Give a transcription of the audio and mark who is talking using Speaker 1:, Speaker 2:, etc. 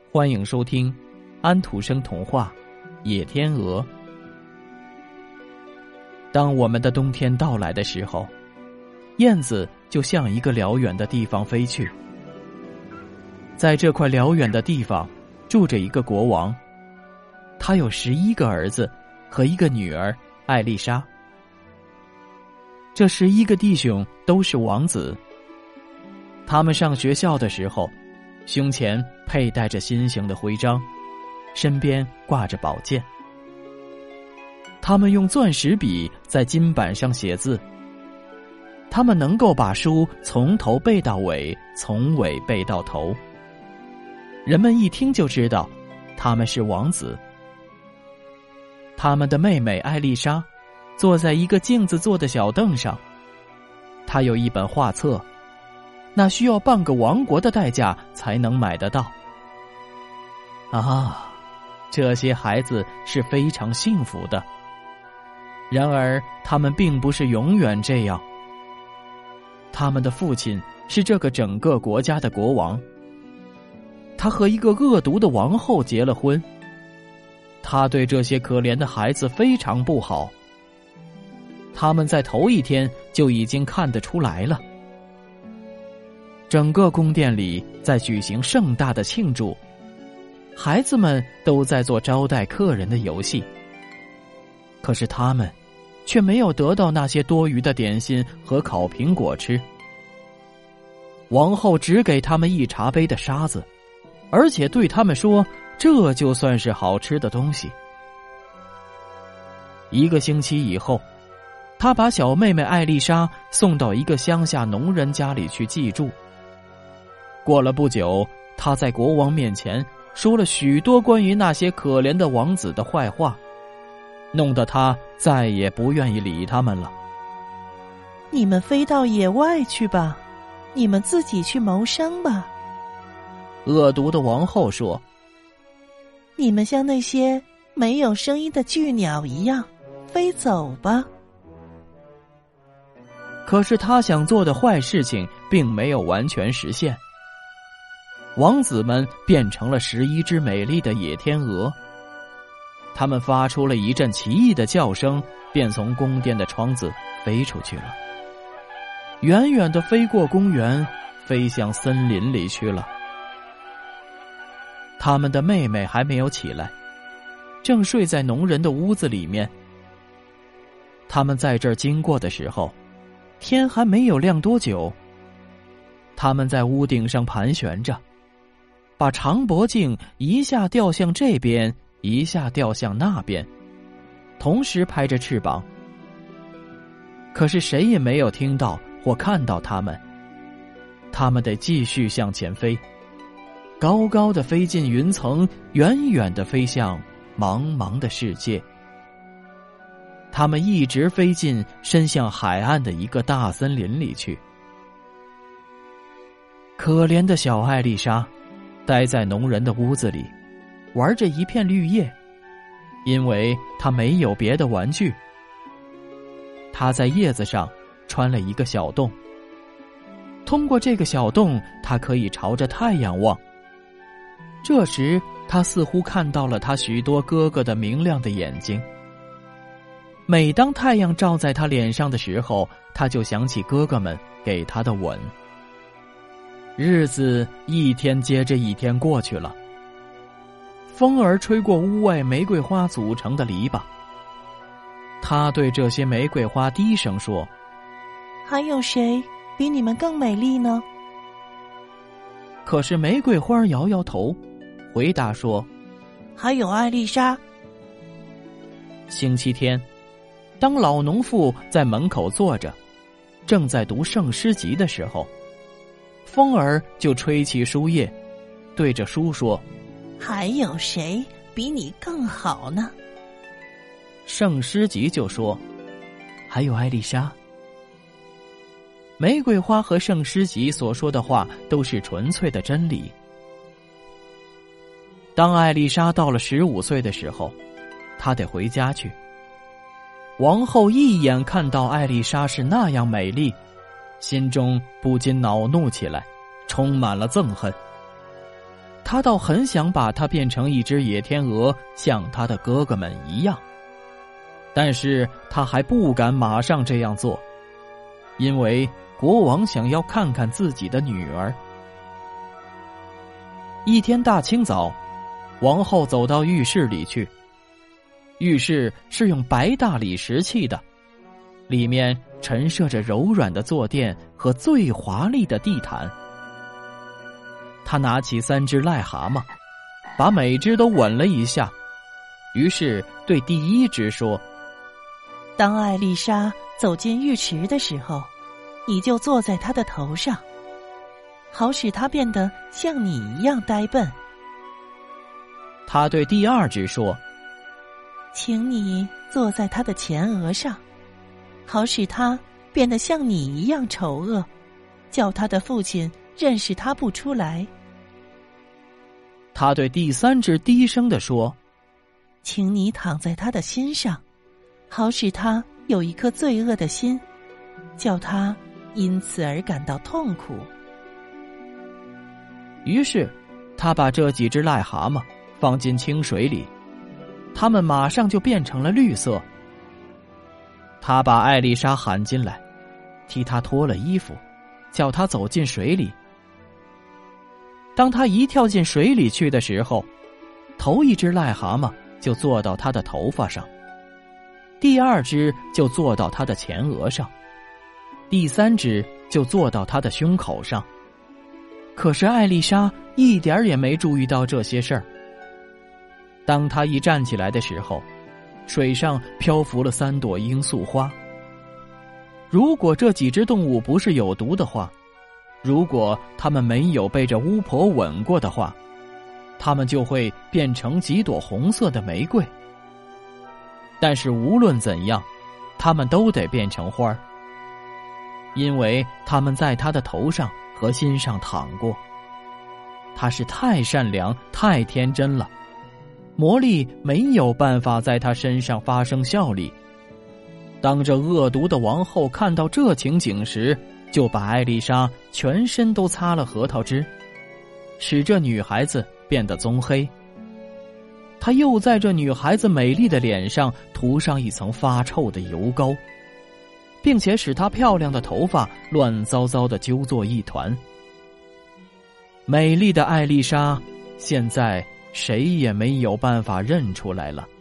Speaker 1: 欢迎收听安徒生童话《野天鹅》。当我们的冬天到来的时候，燕子就向一个辽远的地方飞去。在这块辽远的地方住着一个国王，他有11个儿子和一个女儿艾丽莎。这11个弟兄都是王子。他们上学校的时候，胸前佩戴着心形的徽章，身边挂着宝剑。他们用钻石笔在金板上写字，他们能够把书从头背到尾，从尾背到头。人们一听就知道他们是王子。他们的妹妹艾丽莎坐在一个镜子做的小凳上，她有一本画册，那需要半个王国的代价才能买得到。这些孩子是非常幸福的。然而他们并不是永远这样。他们的父亲是这个整个国家的国王，他和一个恶毒的王后结了婚。他对这些可怜的孩子非常不好，他们在头一天就已经看得出来了。整个宫殿里在举行盛大的庆祝，孩子们都在做招待客人的游戏。可是他们却没有得到那些多余的点心和烤苹果吃。王后只给他们一茶杯的沙子，而且对他们说，这就算是好吃的东西。1个星期以后，她把小妹妹艾丽莎送到一个乡下农人家里去寄住。过了不久，她在国王面前说了许多关于那些可怜的王子的坏话，弄得他再也不愿意理他们了。
Speaker 2: 你们飞到野外去吧，你们自己去谋生吧。
Speaker 1: 恶毒的王后说，
Speaker 2: 你们像那些没有声音的巨鸟一样飞走吧。
Speaker 1: 可是他想做的坏事情并没有完全实现。王子们变成了11只美丽的野天鹅，他们发出了一阵奇异的叫声，便从宫殿的窗子飞出去了，远远地飞过公园，飞向森林里去了。他们的妹妹还没有起来，正睡在农人的屋子里面。他们在这儿经过的时候，天还没有亮多久。他们在屋顶上盘旋着，把长脖颈一下掉向这边，一下掉向那边，同时拍着翅膀。可是谁也没有听到或看到他们。他们得继续向前飞，高高的飞进云层，远远地飞向茫茫的世界。他们一直飞进伸向海岸的一个大森林里去。可怜的小艾丽莎待在农人的屋子里，玩着一片绿叶，因为她没有别的玩具。她在叶子上穿了一个小洞，通过这个小洞，她可以朝着太阳望。这时她似乎看到了她许多哥哥的明亮的眼睛。每当太阳照在她脸上的时候，她就想起哥哥们给她的吻。日子一天接着一天过去了，风儿吹过屋外玫瑰花组成的篱笆，他对这些玫瑰花低声说，
Speaker 2: 还有谁比你们更美丽呢？
Speaker 1: 可是玫瑰花摇摇头，回答说，
Speaker 2: 还有艾丽莎。
Speaker 1: 星期天，当老农妇在门口坐着，正在读圣诗集的时候，风儿就吹起书页，对着书说，
Speaker 2: 还有谁比你更好呢？
Speaker 1: 圣诗集就说，还有艾丽莎。玫瑰花和圣诗集所说的话都是纯粹的真理。当艾丽莎到了15岁的时候，她得回家去。王后一眼看到艾丽莎是那样美丽，心中不禁恼怒起来，充满了憎恨。 他倒很想把它变成一只野天鹅，像他的哥哥们一样，但是他还不敢马上这样做，因为国王想要看看自己的女儿。一天大清早，王后走到浴室里去。浴室是用白大理石砌的，里面陈设着柔软的坐垫和最华丽的地毯。他拿起3只癞蛤蟆，把每只都吻了一下，于是对第1只说：
Speaker 2: 当艾丽莎走进浴池的时候，你就坐在她的头上，好使她变得像你一样呆笨。
Speaker 1: 他对第2只说：
Speaker 2: 请你坐在她的前额上，好使她变得像你一样丑恶，叫她的父亲认识她不出来。
Speaker 1: 他对第3只低声地说：
Speaker 2: 请你躺在她的心上，好使她有一颗罪恶的心，叫她因此而感到痛苦。
Speaker 1: 于是他把这几只癞蛤蟆放进清水里，它们马上就变成了绿色。他把艾丽莎喊进来，替她脱了衣服，叫她走进水里。当她一跳进水里去的时候，头1只癞蛤蟆就坐到她的头发上，第2只就坐到她的前额上，第3只就坐到她的胸口上。可是艾丽莎一点也没注意到这些事儿。当她一站起来的时候，水上漂浮了3朵罂粟花。如果这几只动物不是有毒的话，如果它们没有被这巫婆吻过的话，它们就会变成几朵红色的玫瑰。但是无论怎样，它们都得变成花儿，因为它们在她的头上和心上躺过。她是太善良太天真了，魔力没有办法在她身上发生效力。当这恶毒的王后看到这情景时，就把艾丽莎全身都擦了核桃汁，使这女孩子变得棕黑。她又在这女孩子美丽的脸上涂上一层发臭的油膏，并且使她漂亮的头发乱糟糟地揪作一团。美丽的艾丽莎，现在谁也没有办法认出来了。